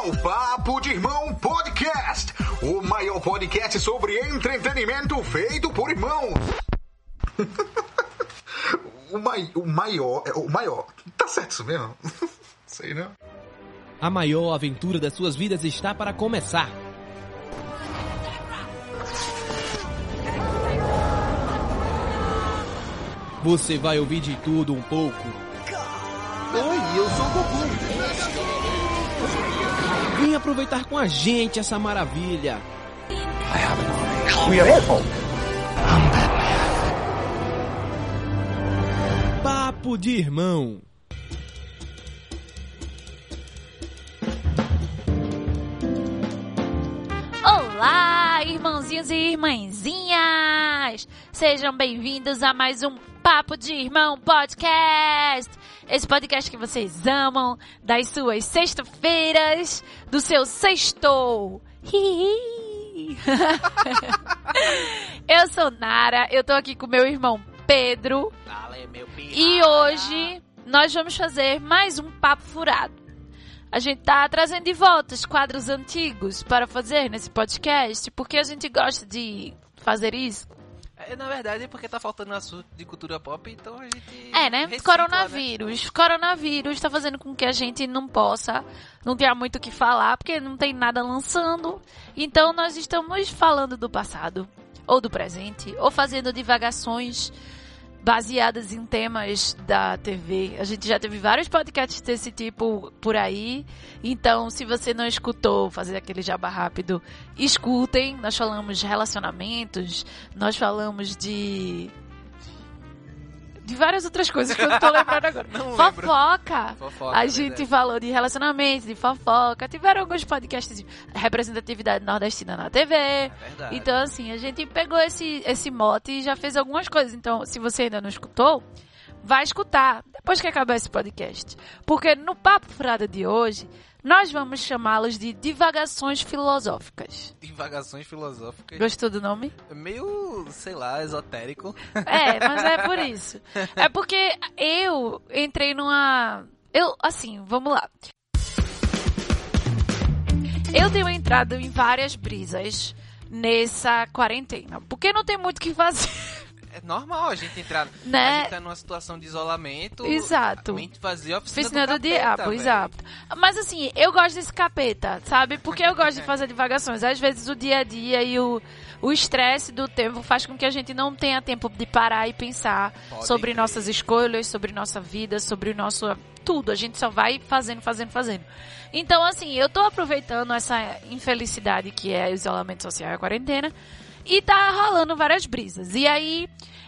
ao Papo de Irmão Podcast, o maior podcast sobre entretenimento feito por irmãos. O maior. Tá certo isso mesmo? Sei não. A maior aventura das suas vidas está para começar. Você vai ouvir de tudo um pouco. Oi, eu sou o Goku. Vem aproveitar com a gente essa maravilha. We are Apple. Papo de Irmão. Olá, irmãozinhos e irmãzinhas! Sejam bem-vindos a mais um Papo de Irmão Podcast! Esse podcast que vocês amam, das suas sexta-feiras, do seu sextou! Eu sou Nara, eu tô aqui com meu irmão Pedro. E hoje nós vamos fazer mais um Papo Furado. A gente tá trazendo de volta os quadros antigos para fazer nesse podcast, porque a gente gosta de fazer isso. Na verdade, é porque tá faltando assunto de cultura pop, então a gente... né? recicla, Coronavírus. Né? Coronavírus tá fazendo com que a gente não tenha muito o que falar, porque não tem nada lançando. Então nós estamos falando do passado, ou do presente, ou fazendo divagações baseadas em temas da TV. A gente já teve vários podcasts desse tipo por aí. Então, se você não escutou, fazer aquele jabá rápido, escutem. Nós falamos de relacionamentos, nós falamos de várias outras coisas que eu não tô lembrando agora. Fofoca. A gente falou de relacionamentos, de fofoca. Tiveram alguns podcasts de representatividade nordestina na TV. Verdade. Então, assim, a gente pegou esse mote e já fez algumas coisas. Então, se você ainda não escutou, vai escutar depois que acabar esse podcast. Porque no Papo Furado de hoje, nós vamos chamá-los de divagações filosóficas. Divagações filosóficas. Gostou do nome? Meio, sei lá, esotérico. Mas é por isso. É porque eu entrei vamos lá. Eu tenho entrado em várias brisas nessa quarentena. Porque não tem muito o que fazer. É normal a gente entrar, né? A gente tá numa situação de isolamento. Exato. A gente fazia a oficina do diabo, capeta, exato. Mas assim, eu gosto desse capeta, sabe? Porque eu gosto de fazer divagações. Às vezes o dia a dia e o estresse do tempo faz com que a gente não tenha tempo de parar e pensar sobre nossas escolhas, sobre nossa vida, sobre o nosso... tudo. A gente só vai fazendo. Então, assim, eu tô aproveitando essa infelicidade que é o isolamento social e a quarentena. E tá rolando várias brisas. E aí,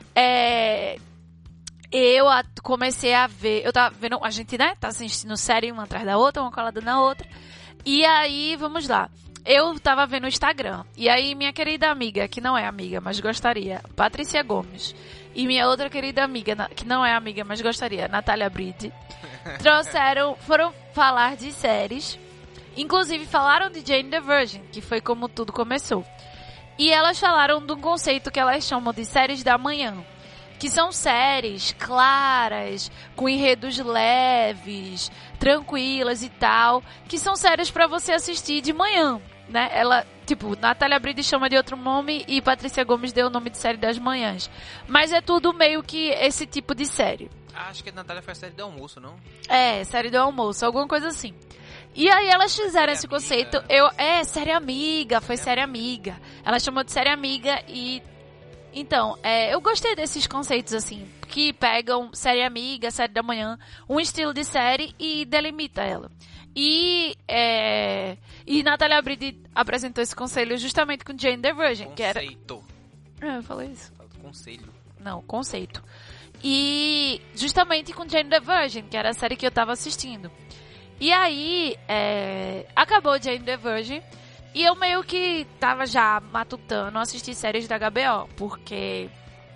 eu comecei a ver... Eu tava vendo... A gente, né? Tá assistindo série uma atrás da outra, uma colada na outra. E aí, vamos lá. Eu tava vendo o Instagram. E aí, minha querida amiga, que não é amiga, mas gostaria, Patrícia Gomes. E minha outra querida amiga, que não é amiga, mas gostaria, Natália Bride. Foram falar de séries. Inclusive, falaram de Jane the Virgin, que foi como tudo começou. E elas falaram de um conceito que elas chamam de séries da manhã. Que são séries claras, com enredos leves, tranquilas e tal. Que são séries pra você assistir de manhã, né? Natália Bride chama de outro nome e Patrícia Gomes deu o nome de série das manhãs. Mas é tudo meio que esse tipo de série. Acho que a Natália faz série do almoço, não? Série do almoço, alguma coisa assim. E aí elas fizeram esse conceito. Série amiga, foi série amiga. Ela chamou de série amiga e... Então, eu gostei desses conceitos, assim, que pegam série amiga, série da manhã, um estilo de série e delimita ela. E Natália Bride apresentou esse conselho justamente com Jane the Virgin, que era... Conceito. Eu falei isso. Conselho. Não, conceito. E justamente com Jane the Virgin, que era a série que eu tava assistindo. E aí, acabou Jane the Virgin e eu meio que tava já matutando assistir séries da HBO, porque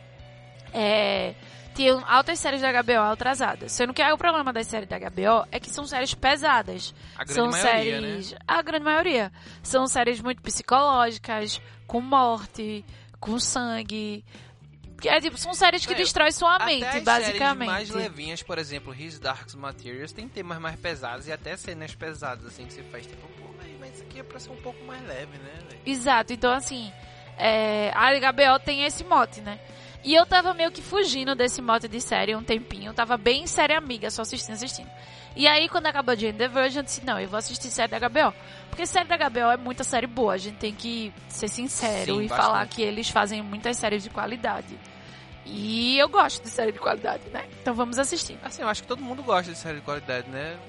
tinham altas séries da HBO atrasadas. Sendo que o problema das séries da HBO é que são séries pesadas. A grande são maioria, séries, né? A grande maioria. São séries muito psicológicas, com morte, com sangue, Porque são séries que destroem sua mente, até as basicamente. séries mais levinhas, por exemplo, His Dark Materials, tem temas mais pesados e até cenas pesadas, assim, que você faz tipo, pô, mas isso aqui é pra ser um pouco mais leve, né, velho? Exato, então assim, a HBO tem esse mote, né? E eu tava meio que fugindo desse mote de série um tempinho, eu tava bem série amiga, só assistindo. E aí, quando acabou Jane the Virgin, eu disse, não, eu vou assistir série da HBO. Porque série da HBO é muita série boa, a gente tem que ser sincero. Sim, e bastante. falar que eles fazem muitas séries de qualidade. E eu gosto de série de qualidade, né? Então vamos assistir. Assim, eu acho que todo mundo gosta de série de qualidade, né?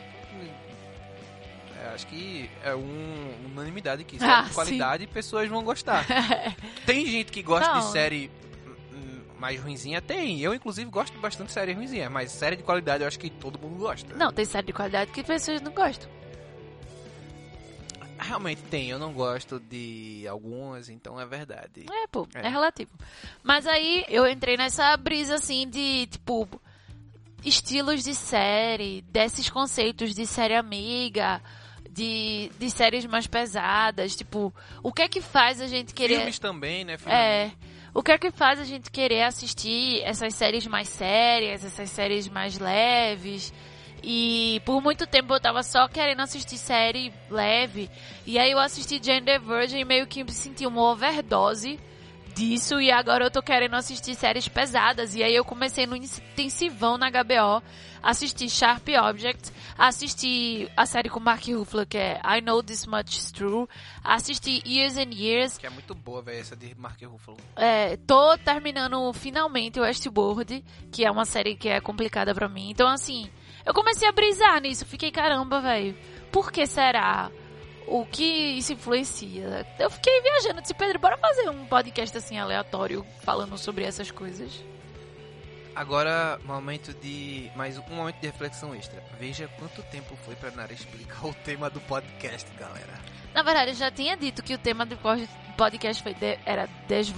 Acho que é unanimidade aqui. Série de qualidade, pessoas vão gostar. Tem gente que gosta de série mais ruinzinha? Tem. Eu, inclusive, gosto bastante de série ruinzinha. Mas série de qualidade, eu acho que todo mundo gosta. Não, tem série de qualidade que pessoas não gostam. Realmente tem. Eu não gosto de algumas, então é verdade. É relativo. Mas aí, eu entrei nessa brisa, assim, de, tipo, estilos de série, desses conceitos de série amiga, de séries mais pesadas, tipo, o que é que faz a gente querer... Filmes também, né? O que é que faz a gente querer assistir essas séries mais sérias, essas séries mais leves? E por muito tempo eu tava só querendo assistir série leve. E aí eu assisti Jane the Virgin e meio que me senti uma overdose disso. E agora eu tô querendo assistir séries pesadas. E aí eu comecei no intensivão na HBO. Assisti Sharp Object. Assisti a série com Mark Ruffalo, que é I Know This Much Is True. Assisti Years and Years. Que é muito boa, velho, essa de Mark Ruffalo. Tô terminando finalmente Westworld, que é uma série que é complicada pra mim. Então, assim, eu comecei a brisar nisso. Fiquei, caramba, velho, por que será? O que isso influencia? Eu fiquei viajando. Disse, Pedro, bora fazer um podcast assim aleatório falando sobre essas coisas. Agora, mais um momento de reflexão extra. Veja quanto tempo foi pra Nara explicar o tema do podcast, galera. Na verdade, eu já tinha dito que o tema do podcast era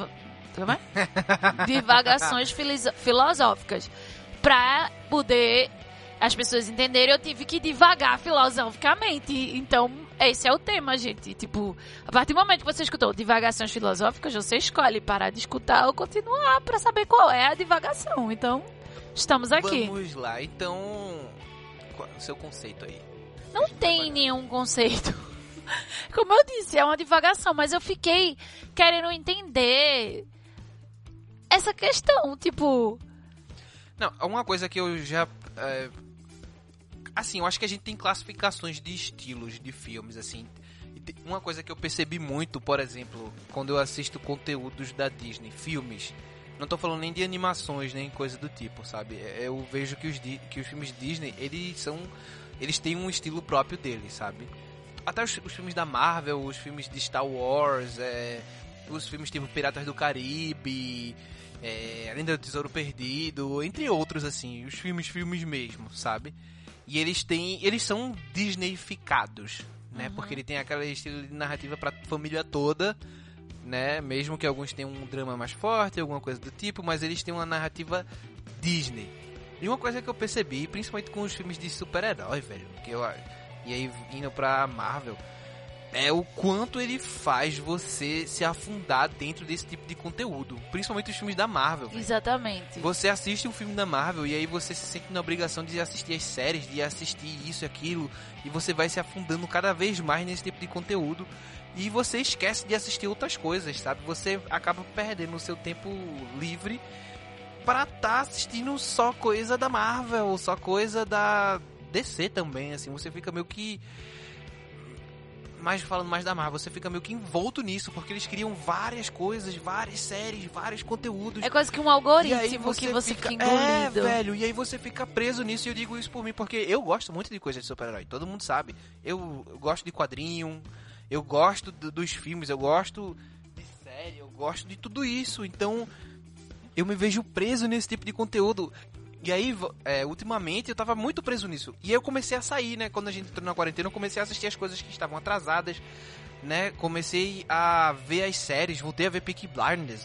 divagações filosóficas. Pra poder as pessoas entenderem, eu tive que divagar filosoficamente. Então, esse é o tema, gente. Tipo, a partir do momento que você escutou divagações filosóficas, você escolhe parar de escutar ou continuar pra saber qual é a divagação. Então, estamos aqui. Vamos lá. Então, qual é o seu conceito aí? Não tem nenhum conceito. Como eu disse, é uma divagação, mas eu fiquei querendo entender essa questão, tipo... Não, uma coisa que eu já... Assim, eu acho que a gente tem classificações de estilos de filmes, assim. Uma coisa que eu percebi muito, por exemplo, quando eu assisto conteúdos da Disney, filmes, não tô falando nem de animações, nem coisa do tipo, sabe? Eu vejo que os filmes Disney, eles têm um estilo próprio deles, sabe? Até os filmes da Marvel, os filmes de Star Wars, os filmes tipo Piratas do Caribe, A Lenda do Tesouro Perdido, entre outros, assim, os filmes mesmo, sabe? E eles são Disneyficados, né? Uhum. Porque ele tem aquele estilo de narrativa pra família toda, né? Mesmo que alguns tenham um drama mais forte, alguma coisa do tipo, mas eles têm uma narrativa Disney. E uma coisa que eu percebi, principalmente com os filmes de super-herói, velho, e aí indo pra Marvel, é o quanto ele faz você se afundar dentro desse tipo de conteúdo. Principalmente os filmes da Marvel. Véio. Exatamente. Você assiste um filme da Marvel e aí você se sente na obrigação de assistir as séries, de assistir isso e aquilo. E você vai se afundando cada vez mais nesse tipo de conteúdo. E você esquece de assistir outras coisas, sabe? Você acaba perdendo o seu tempo livre para estar assistindo só coisa da Marvel, só coisa da DC também, assim. Você fica meio que... falando mais da Marvel, você fica meio que envolto nisso, porque eles criam várias coisas, várias séries, vários conteúdos. É quase que um algoritmo que você fica engolido. Velho, e aí você fica preso nisso, e eu digo isso por mim, porque eu gosto muito de coisa de super-herói, todo mundo sabe. Eu gosto de quadrinho, eu gosto dos filmes, eu gosto de série, eu gosto de tudo isso, então eu me vejo preso nesse tipo de conteúdo. E aí, ultimamente, eu tava muito preso nisso. E aí eu comecei a sair, né? Quando a gente entrou na quarentena, eu comecei a assistir as coisas que estavam atrasadas, né? Comecei a ver as séries, voltei a ver Peaky Blinders,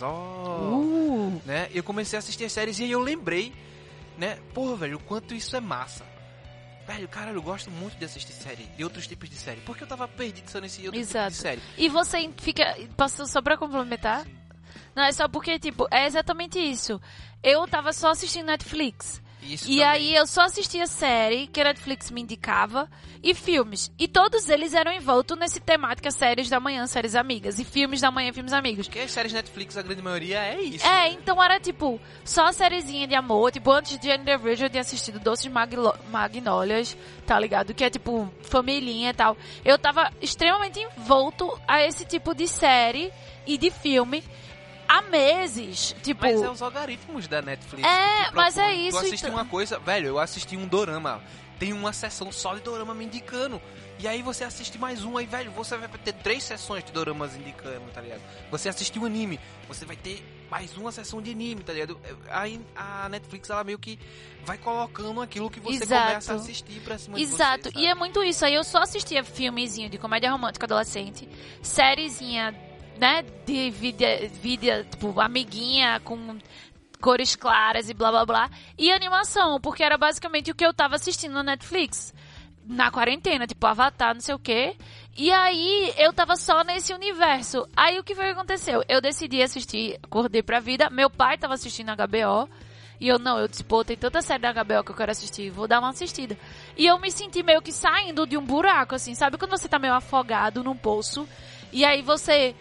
né? Eu comecei a assistir as séries e aí eu lembrei, né? Porra, velho, o quanto isso é massa. Velho, cara, eu gosto muito de assistir série, de outros tipos de série. Porque eu tava perdido só nesse outro tipo de série. E você fica... Só pra complementar... Não, é só porque, tipo, é exatamente isso. Eu tava só assistindo Netflix. Isso E também. aí eu só assistia série que a Netflix me indicava e filmes. E todos eles eram envoltos nesse temática séries da manhã, séries amigas. E filmes da manhã, filmes amigos. Porque as séries Netflix, a grande maioria é isso. É, então era tipo, só sériezinha de amor. Tipo, antes de Jane the Virgin eu tinha assistido Doces Magnólias, tá ligado? Que é tipo, família e tal. Eu tava extremamente envolto a esse tipo de série e de filme há meses. Tipo, Mas é os algoritmos da Netflix. É, que te mas é propõem. isso, Tu assiste então. uma coisa... Velho, eu assisti um dorama. Tem uma sessão só de dorama me indicando. E aí você assiste mais um. Aí, velho, você vai ter 3 sessões de doramas indicando, tá ligado? Você assiste um anime. Você vai ter mais uma sessão de anime, tá ligado? Aí a Netflix, ela meio que vai colocando aquilo que você Exato. começa a assistir pra cima Exato, de você, e é muito isso. Aí eu só assistia filmezinho de comédia romântica adolescente, sériezinha, né, de vida, tipo, amiguinha com cores claras e blá blá blá, e animação, porque era basicamente o que eu tava assistindo na Netflix na quarentena, tipo Avatar, não sei o quê. E aí eu tava só nesse universo. Aí o que foi que aconteceu? Eu decidi assistir, acordei pra vida, meu pai tava assistindo HBO. E eu disse, pô, tem tanta série da HBO que eu quero assistir, vou dar uma assistida. E eu me senti meio que saindo de um buraco, assim, sabe quando você tá meio afogado num poço, e aí você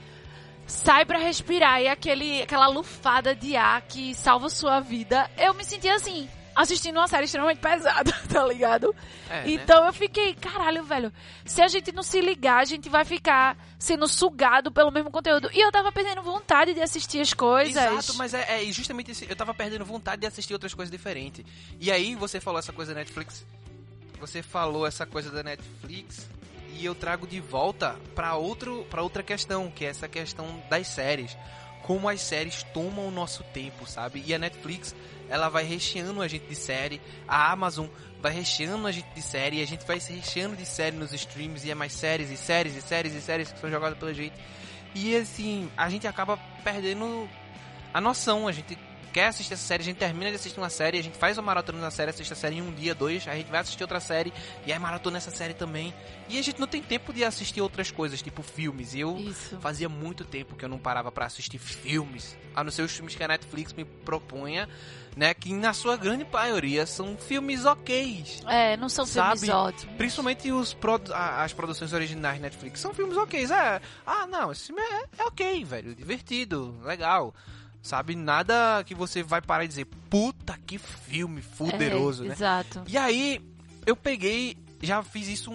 sai pra respirar, e aquela lufada de ar que salva sua vida. Eu me senti assim, assistindo uma série extremamente pesada, tá ligado? Então eu fiquei, caralho, velho, se a gente não se ligar, a gente vai ficar sendo sugado pelo mesmo conteúdo. E eu tava perdendo vontade de assistir as coisas. Exato, mas é justamente isso. Eu tava perdendo vontade de assistir outras coisas diferentes. E aí você falou essa coisa da Netflix. Você falou essa coisa da Netflix. E eu trago de volta pra outra questão, que é essa questão das séries. Como as séries tomam o nosso tempo, sabe? E a Netflix, ela vai recheando a gente de série. A Amazon vai recheando a gente de série. E a gente vai se recheando de série nos streams. E é mais séries e séries e séries e séries que são jogadas pela gente. E assim, a gente acaba perdendo a noção. A gente quer assistir essa série, a gente termina de assistir uma série, a gente faz uma maratona na série, assiste a série em um dia, 2, a gente vai assistir outra série e aí maratona essa série também. E a gente não tem tempo de assistir outras coisas, tipo filmes. E eu fazia muito tempo que eu não parava pra assistir filmes, a não ser os filmes que a Netflix me propunha, né, que na sua grande maioria são filmes ok's. É, não são filmes ótimos. Principalmente as produções originais da Netflix são filmes ok's. Não, esse filme é ok, velho, divertido, legal. Sabe, nada que você vai parar e dizer, puta que filme fuderoso, né? Exato. E aí, eu peguei, já fiz isso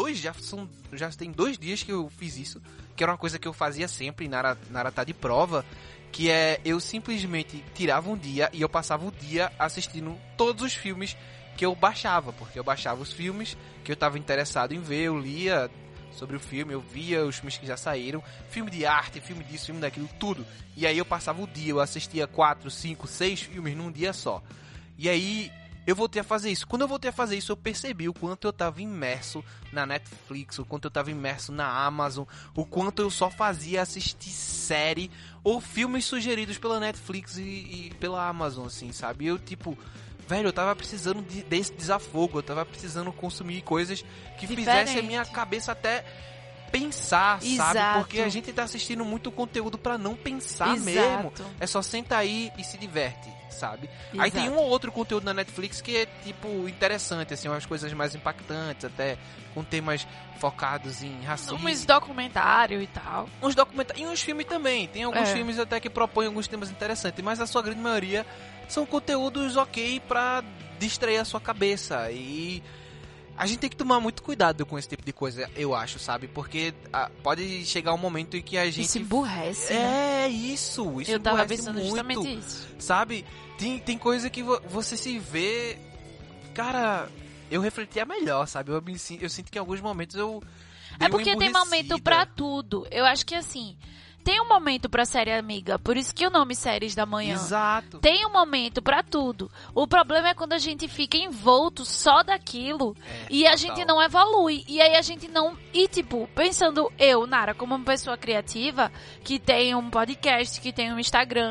já tem 2 dias que eu fiz isso, que era uma coisa que eu fazia sempre na Arata de prova, que é, eu simplesmente tirava um dia e eu passava o dia assistindo todos os filmes que eu baixava, porque eu baixava os filmes que eu tava interessado em ver, eu lia sobre o filme, eu via os filmes que já saíram, filme de arte, filme disso, filme daquilo, tudo. E aí eu passava o dia, eu assistia 4, 5, 6 filmes num dia só. E aí eu voltei a fazer isso. Quando eu voltei a fazer isso, eu percebi o quanto eu tava imerso na Netflix, o quanto eu tava imerso na Amazon, o quanto eu só fazia assistir série ou filmes sugeridos pela Netflix e pela Amazon, assim, sabe? Eu, tipo, velho, eu tava precisando desse desafogo, eu tava precisando consumir coisas que fizessem a minha cabeça até pensar, sabe? Porque a gente tá assistindo muito conteúdo pra não pensar mesmo. É só senta aí e se diverte, sabe? Aí tem um ou outro conteúdo na Netflix que é, tipo, interessante, assim, umas coisas mais impactantes, até com temas focados em racismo. Uns documentários e tal. Uns documentários. E uns filmes também. Tem alguns filmes até que propõem alguns temas interessantes, mas a sua grande maioria são conteúdos ok pra distrair a sua cabeça. E a gente tem que tomar muito cuidado com esse tipo de coisa, eu acho, sabe? Porque pode chegar um momento em que a gente... se emburrece, né? Isso eu tava pensando muito, justamente isso. Sabe? Tem coisa que você se vê... Cara, eu refletia melhor, sabe? Eu sinto que em alguns momentos eu... É porque tem momento pra tudo. Eu acho que assim... Tem um momento pra série amiga, por isso que o nome Séries da Manhã. Exato. Tem um momento pra tudo. O problema é quando a gente fica envolto só daquilo e a gente não evolui. E aí a gente não... E tipo, pensando eu, Nara, como uma pessoa criativa, que tem um podcast, que tem um Instagram,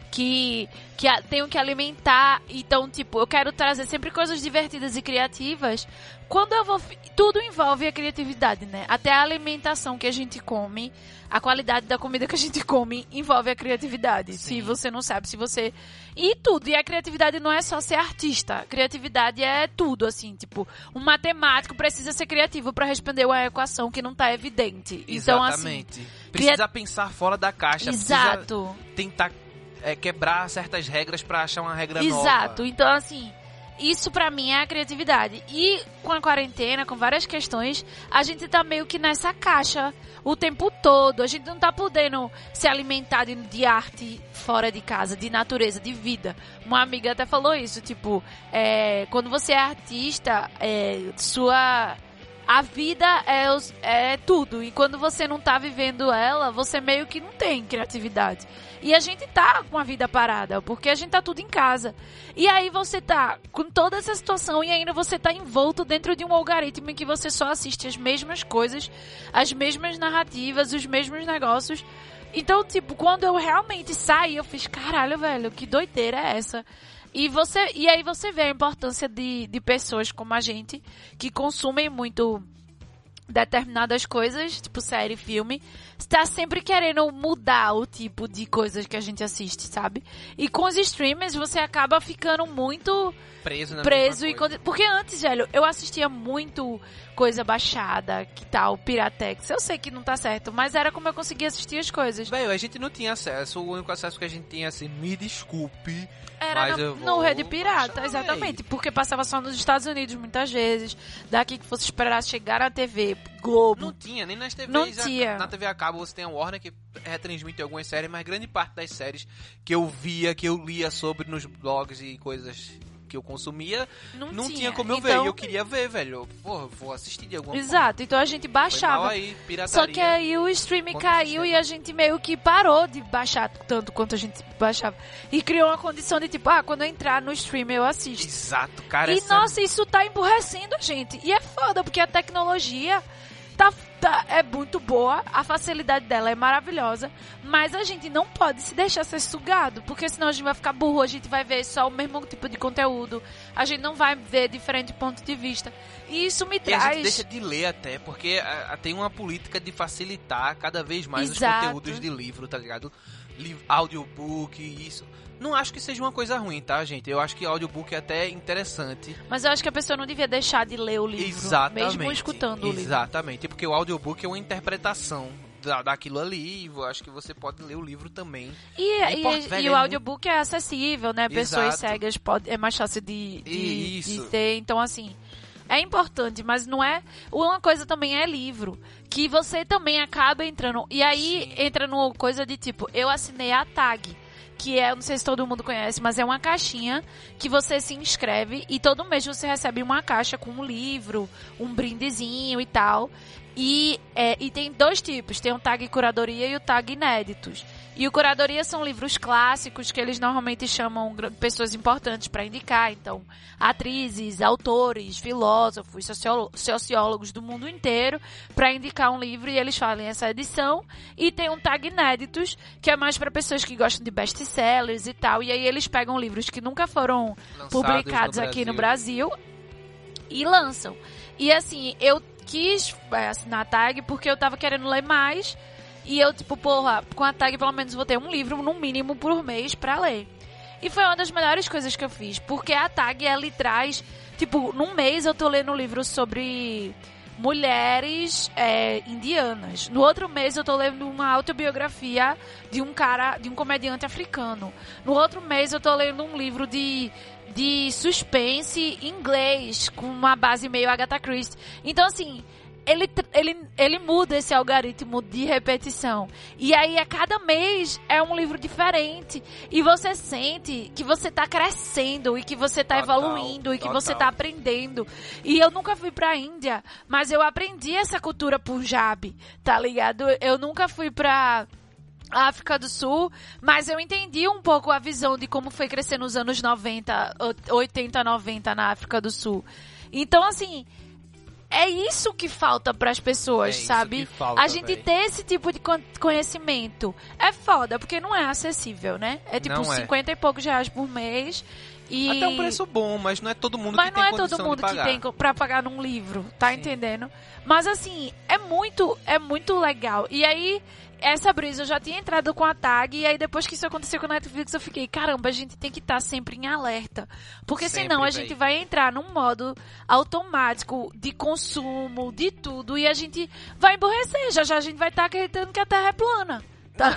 tenho que alimentar. Então, tipo, eu quero trazer sempre coisas divertidas e criativas. Quando eu vou... Tudo envolve a criatividade, né? Até a alimentação que a gente come, a qualidade da comida que a gente come envolve a criatividade. Sim. Se você não sabe, se você... E tudo. E a criatividade não é só ser artista. A criatividade é tudo, assim. Tipo, um matemático precisa ser criativo para responder uma equação que não tá evidente. Exatamente. Então, assim... Precisa pensar fora da caixa. Exato. Precisa tentar quebrar certas regras para achar uma regra nova. Exato. Então, assim... Isso pra mim é a criatividade. E com a quarentena, com várias questões, a gente tá meio que nessa caixa o tempo todo. A gente não tá podendo se alimentar de arte fora de casa, de natureza, de vida. Uma amiga até falou isso, tipo, quando você é artista, a vida é tudo. E quando você não tá vivendo ela, você meio que não tem criatividade. E a gente tá com a vida parada, porque a gente tá tudo em casa. E aí você tá com toda essa situação e ainda você tá envolto dentro de um algoritmo em que você só assiste as mesmas coisas, as mesmas narrativas, os mesmos negócios. Então, tipo, quando eu realmente saí, eu fiz, caralho, velho, que doideira é essa? E aí você vê a importância de pessoas como a gente, que consumem muito determinadas coisas, tipo série, filme, está sempre querendo mudar o tipo de coisas que a gente assiste, sabe? E com os streamers você acaba ficando muito preso e porque antes, velho, eu assistia muito coisa baixada, que tal, Piratex. Eu sei que não tá certo, mas era como eu conseguia assistir as coisas. Velho, a gente não tinha acesso, o único acesso que a gente tinha, assim, me desculpe, era no Rede Pirata, exatamente, porque passava só nos Estados Unidos muitas vezes, daqui que fosse esperar chegar na TV Globo. Não tinha, nem nas TVs. Não tinha. Na TV a cabo você tem a Warner que retransmite algumas séries, mas grande parte das séries que eu via, que eu lia sobre nos blogs e coisas que eu consumia, não tinha como eu ver. E eu queria ver, velho. Porra, vou assistir de alguma forma. Exato, então a gente baixava. Aí, só que aí o streaming caiu e a gente meio que parou de baixar tanto quanto a gente baixava. E criou uma condição de tipo, quando eu entrar no streaming eu assisto. Exato, cara. E nossa, isso tá emburrecendo a gente. E é foda, porque a tecnologia é muito boa, a facilidade dela é maravilhosa, mas a gente não pode se deixar ser sugado, porque senão a gente vai ficar burro, a gente vai ver só o mesmo tipo de conteúdo, a gente não vai ver diferente ponto de vista. E isso me traz... E a gente deixa de ler até, porque tem uma política de facilitar cada vez mais Exato. Os conteúdos de livro, tá ligado? Audiobook, isso... Não acho que seja uma coisa ruim, tá, gente? Eu acho que audiobook é até interessante. Mas eu acho que a pessoa não devia deixar de ler o livro, exatamente, mesmo escutando o livro. Exatamente, porque o audiobook é uma interpretação daquilo ali, eu acho que você pode ler o livro também. E o audiobook é acessível, né? Pessoas Exato. cegas é mais fácil de ter, então assim... É importante, mas não é... Uma coisa também é livro, que você também acaba entrando... E aí Sim. entra no coisa de tipo, eu assinei a tag, que é, não sei se todo mundo conhece, mas é uma caixinha que você se inscreve e todo mês você recebe uma caixa com um livro, um brindezinho e tal. E tem dois tipos, tem o tag curadoria e o tag inéditos. E o curadoria são livros clássicos que eles normalmente chamam pessoas importantes para indicar. Então, atrizes, autores, filósofos, sociólogos do mundo inteiro para indicar um livro e eles falam essa edição. E tem um tag inéditos, que é mais para pessoas que gostam de best-sellers e tal. E aí eles pegam livros que nunca foram publicados aqui no Brasil e lançam. E assim, eu quis assinar a tag porque eu tava querendo ler mais. E eu, tipo, porra, com a tag pelo menos vou ter um livro, no mínimo, por mês pra ler. E foi uma das melhores coisas que eu fiz. Porque a tag, ela lhe traz... Tipo, num mês eu tô lendo um livro sobre mulheres indianas. No outro mês eu tô lendo uma autobiografia de um comediante africano. No outro mês eu tô lendo um livro de suspense inglês, com uma base meio Agatha Christie. Então, assim... Ele muda esse algoritmo de repetição. E aí, a cada mês, é um livro diferente. E você sente que você tá crescendo, e que você tá evoluindo, e que você tá aprendendo. E eu nunca fui pra Índia, mas eu aprendi essa cultura Punjab, tá ligado? Eu nunca fui pra África do Sul, mas eu entendi um pouco a visão de como foi crescer nos anos 90, 80, 90 na África do Sul. Então, assim... é isso que falta pras pessoas, É isso sabe? que falta, A gente véi. ter esse tipo de conhecimento é foda, porque não é acessível, né? É tipo Não é. 50 e poucos reais por mês. E... Até um preço bom, mas não é todo mundo Mas que não tem é condição todo mundo de que pagar. tem pra pagar num livro, tá entendendo? Mas assim, é muito legal. E aí, essa brisa eu já tinha entrado com a tag, e aí depois que isso aconteceu com a Netflix, eu fiquei, caramba, a gente tem que estar sempre em alerta. Porque Sempre, senão a véi. gente vai entrar num modo automático de consumo, de tudo, e a gente vai emborrecer. Já a gente vai estar acreditando que a Terra é plana. Tá?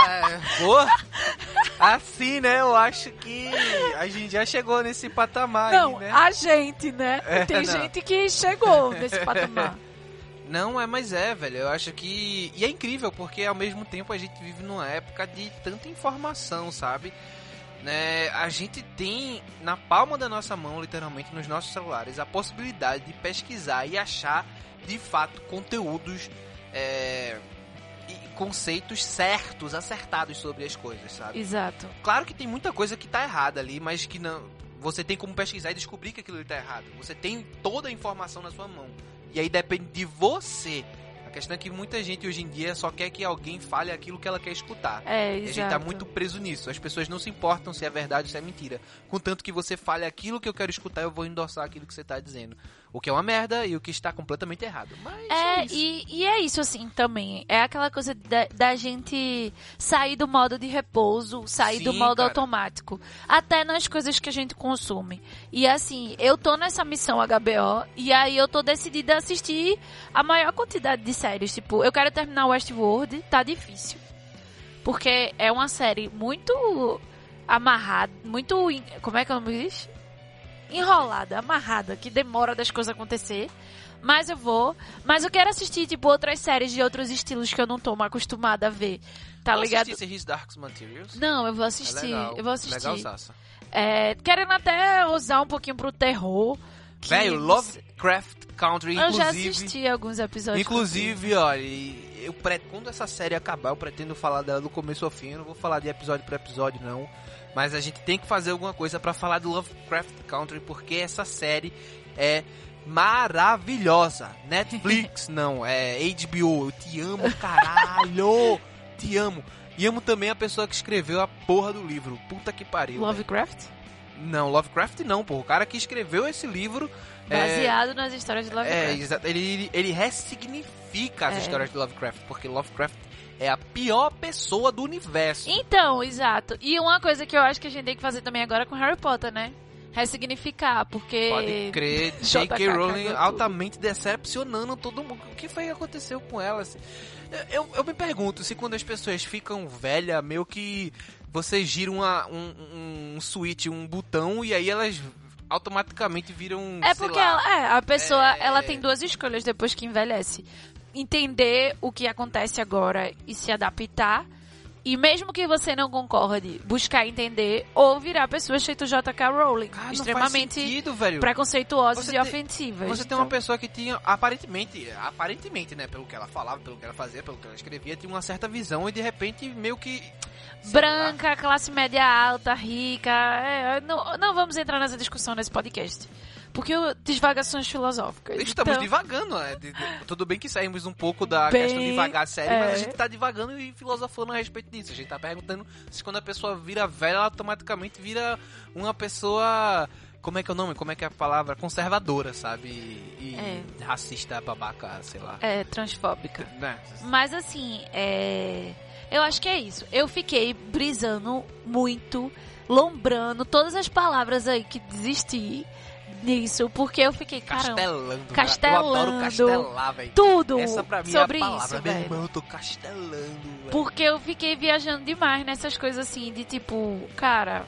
Assim, né? Eu acho que a gente já chegou nesse patamar Não, aí, né? a gente, né? Tem não. gente que chegou nesse patamar. Não, mas velho. Eu acho que... E é incrível, porque ao mesmo tempo a gente vive numa época de tanta informação, sabe? Né? A gente tem na palma da nossa mão, literalmente, nos nossos celulares, a possibilidade de pesquisar e achar, de fato, conteúdos... e conceitos certos, acertados sobre as coisas, sabe? Exato. Claro que tem muita coisa que tá errada ali, mas que não... Você tem como pesquisar e descobrir que aquilo ali tá errado. Você tem toda a informação na sua mão. E aí depende de você. A questão é que muita gente hoje em dia só quer que alguém fale aquilo que ela quer escutar. É, E exato. a gente tá muito preso nisso. As pessoas não se importam se é verdade ou se é mentira. Contanto que você fale aquilo que eu quero escutar, eu vou endossar aquilo que você tá dizendo. O que é uma merda e o que está completamente errado. Mas é isso. E é isso, assim, também. É aquela coisa da gente sair do modo de repouso, sair do Sim, modo cara. automático. Até nas coisas que a gente consome. E assim, eu tô nessa missão HBO, e aí eu tô decidida a assistir a maior quantidade de séries. Tipo, eu quero terminar Westworld, tá difícil. Porque é uma série muito amarrada, muito... Como é que eu me diz? Enrolada, amarrada, que demora das coisas acontecer. Mas eu vou. Mas eu quero assistir, tipo, outras séries de outros estilos que eu não tô acostumada a ver. Tá ligado? Assistir His Dark Materials? Não, eu vou assistir. É legal. Eu vou assistir. Legal, Sassa. Querendo até usar um pouquinho pro terror. que Velho, Lovecraft Country, Eu já inclusive... assisti alguns episódios. Inclusive, olha, quando essa série acabar, eu pretendo falar dela do começo ao fim. Eu não vou falar de episódio por episódio, não. Mas a gente tem que fazer alguma coisa pra falar do Lovecraft Country, porque essa série é maravilhosa. Netflix, não, é HBO. Eu te amo, caralho! Te amo. E amo também a pessoa que escreveu a porra do livro. Puta que pariu. Lovecraft? Não, Lovecraft não, pô. O cara que escreveu esse livro... Baseado nas histórias de Lovecraft. exato. Ele ressignifica as histórias de Lovecraft, porque Lovecraft é a pior pessoa do universo. Então, exato. E uma coisa que eu acho que a gente tem que fazer também agora com Harry Potter, né? Ressignificar, porque... Pode crer, JK J.K. Rowling cagou altamente decepcionando todo mundo. O que foi que aconteceu com ela? Assim? Eu me pergunto se quando as pessoas ficam velhas, meio que você gira um switch, um botão, e aí elas automaticamente viram, É sei porque lá, a pessoa ela tem duas escolhas depois que envelhece. Entender o que acontece agora e se adaptar. E mesmo que você não concorde, buscar entender ou virar pessoas feito J.K. Rowling. Cara, não faz extremamente sentido, velho. preconceituosas Você e tem- ofensivas. Você tem Então, uma pessoa que tinha, aparentemente, né, pelo que ela falava, pelo que ela fazia, pelo que ela escrevia, tinha uma certa visão e de repente meio que... sei branca, classe média alta, rica. Não vamos entrar nessa discussão nesse podcast. Porque divagações filosóficas. Estamos Então, divagando, né? Tudo bem que saímos um pouco da Bem, questão de divagar série, mas é. a gente tá divagando e filosofando a respeito disso. A gente tá perguntando se quando a pessoa vira velha, ela automaticamente vira uma pessoa... Como é que é o nome? Como é que é a palavra? Conservadora, sabe? E racista, babaca, sei lá. transfóbica. Né? Mas assim, eu acho que é isso. Eu fiquei brisando muito, lombrando todas as palavras aí que desisti nisso, porque eu fiquei, caramba, Castelando. Eu adoro castelar, velho. tudo Essa pra mim sobre é a palavra. isso, Meu velho. irmão, eu tô castelando, velho. Porque eu fiquei viajando demais nessas coisas assim, de tipo, cara...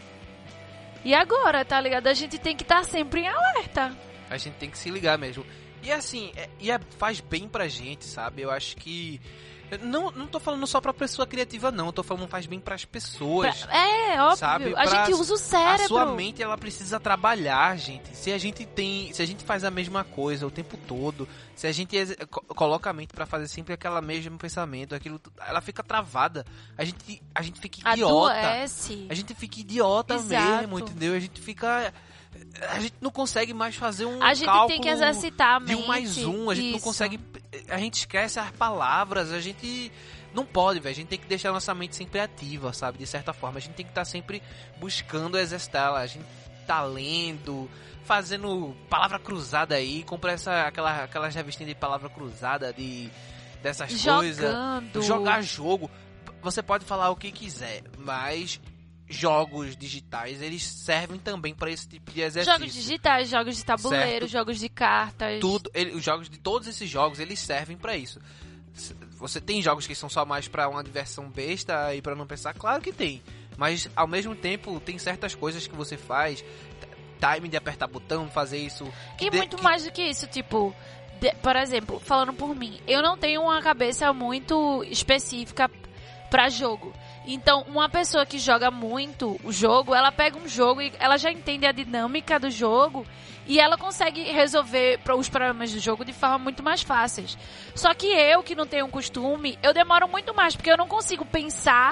E agora, tá ligado? A gente tem que estar sempre em alerta. A gente tem que se ligar mesmo. E assim, faz bem pra gente, sabe? Eu acho que... Não tô falando só pra pessoa criativa, não. Eu tô falando faz bem pras pessoas. Óbvio. Sabe? A gente usa o cérebro. A sua mente, ela precisa trabalhar, gente. Se a gente faz a mesma coisa o tempo todo, se a gente coloca a mente pra fazer sempre aquele mesmo pensamento, ela fica travada. A gente fica idiota. Adoece. A gente fica idiota Exato. mesmo, entendeu? A gente fica... A gente não consegue mais fazer um A gente cálculo tem que exercitar a de mente. 1 mais 1. A gente não Isso. consegue... A gente esquece as palavras. A gente não pode, velho. A gente tem que deixar a nossa mente sempre ativa, sabe? De certa forma. A gente tem que estar sempre buscando exercitá-la. A gente tá lendo, fazendo palavra cruzada aí. Comprar aquelas revistinhas de palavra cruzada, dessas coisas. Jogar jogo. Você pode falar o que quiser, mas... jogos digitais, eles servem também para esse tipo de exercício. Jogos digitais, jogos de tabuleiro, certo? jogos de cartas. Os jogos de todos esses jogos, eles servem para isso. Você tem jogos que são só mais para uma diversão besta e para não pensar? Claro que tem. Mas, ao mesmo tempo, tem certas coisas que você faz. Time de apertar botão, fazer isso. E muito mais do que isso, tipo... por exemplo, falando por mim, eu não tenho uma cabeça muito específica para jogo. Então, uma pessoa que joga muito o jogo, ela pega um jogo e ela já entende a dinâmica do jogo e ela consegue resolver os problemas do jogo de forma muito mais fáceis. Só que eu, que não tenho um costume, eu demoro muito mais, porque eu não consigo pensar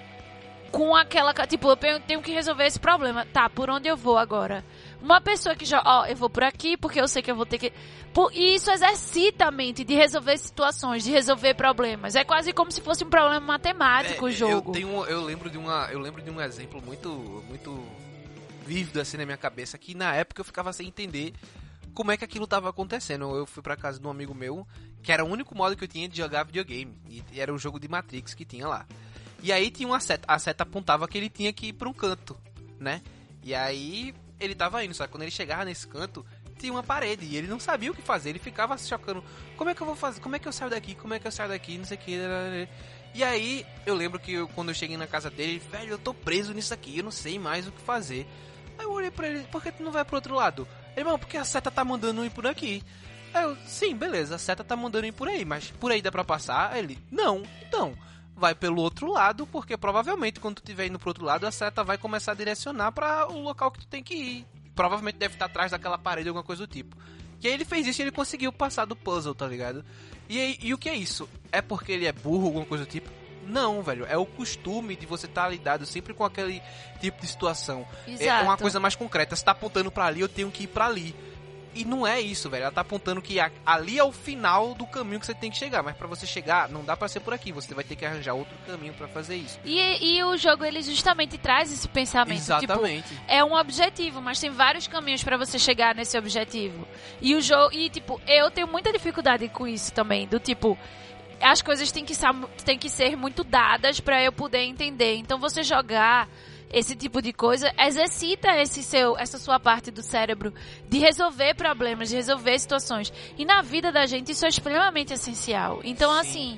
com aquela... Tipo, eu tenho que resolver esse problema. Tá, por onde eu vou agora? Uma pessoa que joga... eu vou por aqui porque eu sei que eu vou ter que... E isso exercita a mente de resolver situações, de resolver problemas. É quase como se fosse um problema matemático o jogo. Eu lembro de um exemplo muito vívido assim na minha cabeça, que na época eu ficava sem entender como é que aquilo estava acontecendo. Eu fui pra casa de um amigo meu, que era o único modo que eu tinha de jogar videogame. E era o jogo de Matrix que tinha lá. E aí tinha uma seta. A seta apontava que ele tinha que ir pra um canto, né? E aí ele tava indo, só que quando ele chegava nesse canto, tinha uma parede. E ele não sabia o que fazer. Ele ficava se chocando. Como é que eu vou fazer? Como é que eu saio daqui? Como é que eu saio daqui? Não sei o que. E aí eu lembro que quando eu cheguei na casa dele, velho, eu tô preso nisso aqui. Eu não sei mais o que fazer. Aí eu olhei pra ele, por que tu não vai pro outro lado? Ele, irmão, porque a seta tá mandando ir por aqui. Aí eu, sim, beleza, a seta tá mandando ir por aí, mas por aí dá pra passar? Aí ele, não, então, vai pelo outro lado, porque provavelmente quando tu estiver indo pro outro lado, a seta vai começar a direcionar pra o local que tu tem que ir. Provavelmente deve estar atrás daquela parede, alguma coisa do tipo. E aí ele fez isso e ele conseguiu passar do puzzle, tá ligado? E o que é isso? É porque ele é burro, alguma coisa do tipo? Não, velho, é o costume de você estar lidado sempre com aquele tipo de situação. Exato. É uma coisa mais concreta. Se tá apontando pra ali, eu tenho que ir pra ali. E não é isso, velho. Ela tá apontando que ali é o final do caminho que você tem que chegar. Mas pra você chegar, não dá pra ser por aqui. Você vai ter que arranjar outro caminho pra fazer isso. E o jogo, ele justamente traz esse pensamento. Exatamente. Tipo, é um objetivo, mas tem vários caminhos pra você chegar nesse objetivo. E o jogo... E, tipo, eu tenho muita dificuldade com isso também. Do tipo... As coisas têm que ser muito dadas pra eu poder entender. Então, você jogar esse tipo de coisa exercita essa sua parte do cérebro de resolver problemas, de resolver situações. E na vida da gente isso é extremamente essencial. Então, sim, assim,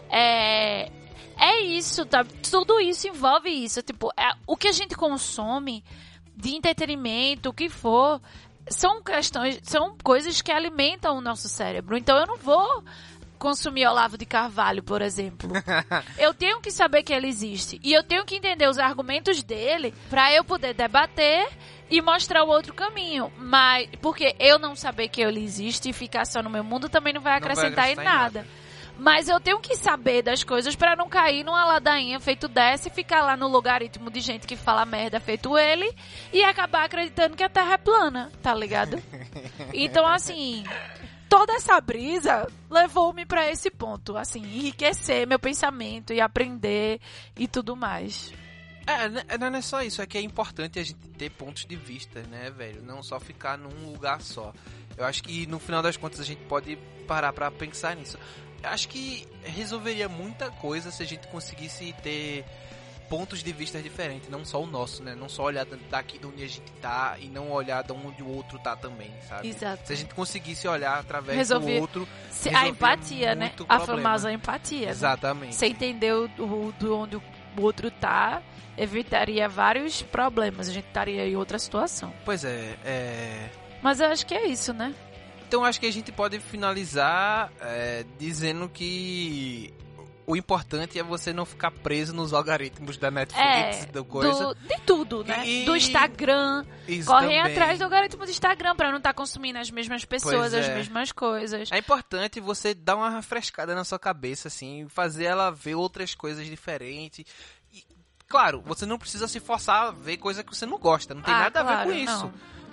é isso, tá? Tudo isso envolve isso. Tipo, o que a gente consome de entretenimento, o que for, são coisas que alimentam o nosso cérebro. Então, eu não vou consumir Olavo de Carvalho, por exemplo. Eu tenho que saber que ele existe. E eu tenho que entender os argumentos dele pra eu poder debater e mostrar o outro caminho. Mas, porque eu não saber que ele existe e ficar só no meu mundo também não vai acrescentar em nada. Mas eu tenho que saber das coisas pra não cair numa ladainha feito dessa e ficar lá no logaritmo de gente que fala merda feito ele e acabar acreditando que a Terra é plana, tá ligado? Então, assim... Toda essa brisa levou-me pra esse ponto, assim, enriquecer meu pensamento e aprender e tudo mais. Não é só isso, é que é importante a gente ter pontos de vista, né, velho? Não só ficar num lugar só. Eu acho que no final das contas a gente pode parar pra pensar nisso. Eu acho que resolveria muita coisa se a gente conseguisse ter pontos de vista diferentes, não só o nosso, né? Não só olhar daqui de onde a gente tá e não olhar de onde o outro tá também, sabe? Exato. Se a gente conseguisse olhar através do outro, a empatia, né? A famosa empatia. Exatamente. Né? Você entender de onde o outro tá, evitaria vários problemas. A gente estaria em outra situação. Pois é. Mas eu acho que é isso, né? Então acho que a gente pode finalizar dizendo que o importante é você não ficar preso nos algoritmos da Netflix, da coisa. De tudo, né? Do Instagram. Correr atrás do algoritmo do Instagram pra não estar consumindo as mesmas pessoas, as mesmas coisas. É importante você dar uma refrescada na sua cabeça, assim, fazer ela ver outras coisas diferentes. E, claro, você não precisa se forçar a ver coisa que você não gosta. Não tem nada a ver com isso.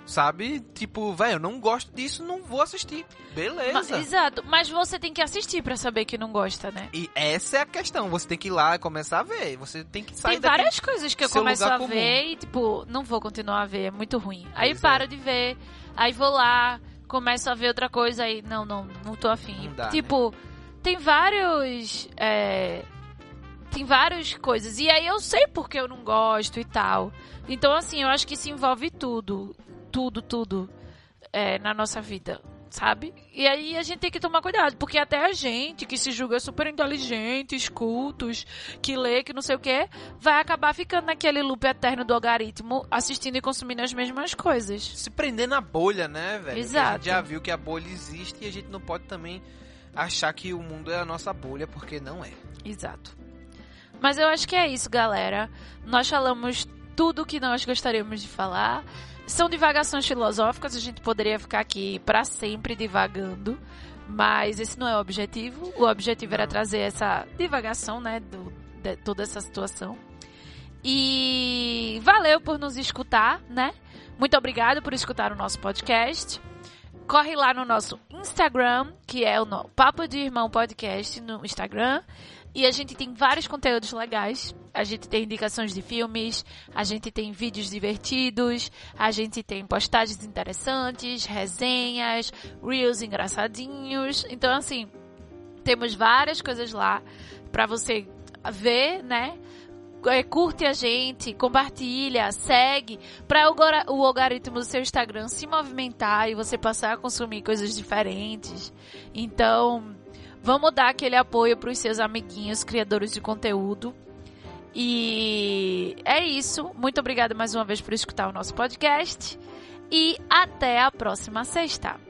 Sabe? Tipo, velho, eu não gosto disso, não vou assistir. Beleza. Exato, mas você tem que assistir pra saber que não gosta, né? E essa é a questão, você tem que ir lá e começar a ver. Você tem que sair Tem várias coisas que eu seu começo lugar a comum. ver e, tipo, não vou continuar a ver, é muito ruim. Aí Pois paro de ver, aí vou lá, começo a ver outra coisa, aí não tô afim. Não dá, tipo, tem vários... tem várias coisas. E aí eu sei porque eu não gosto e tal. Então, assim, eu acho que isso envolve tudo na nossa vida, sabe? E aí a gente tem que tomar cuidado, porque até a gente que se julga super inteligentes, cultos, que lê, que não sei o que, vai acabar ficando naquele loop eterno do algoritmo, assistindo e consumindo as mesmas coisas. Se prender na bolha, né, velho? Exato. Porque a gente já viu que a bolha existe e a gente não pode também achar que o mundo é a nossa bolha, porque não é. Exato. Mas eu acho que é isso, galera. Nós falamos tudo o que nós gostaríamos de falar. São divagações filosóficas, a gente poderia ficar aqui pra sempre divagando, mas esse não é o objetivo. O objetivo era trazer essa divagação, né, de toda essa situação. E valeu por nos escutar, né? Muito obrigado por escutar o nosso podcast. Corre lá no nosso Instagram, que é o Papo de Irmão Podcast no Instagram. E a gente tem vários conteúdos legais. A gente tem indicações de filmes, a gente tem vídeos divertidos, a gente tem postagens interessantes, resenhas, reels engraçadinhos. Então, assim, temos várias coisas lá pra você ver, né? Curte a gente, compartilha, segue, pra o algoritmo do seu Instagram se movimentar e você passar a consumir coisas diferentes. Então, vamos dar aquele apoio pros seus amiguinhos, criadores de conteúdo. E é isso. Muito obrigada mais uma vez por escutar o nosso podcast. E até a próxima sexta.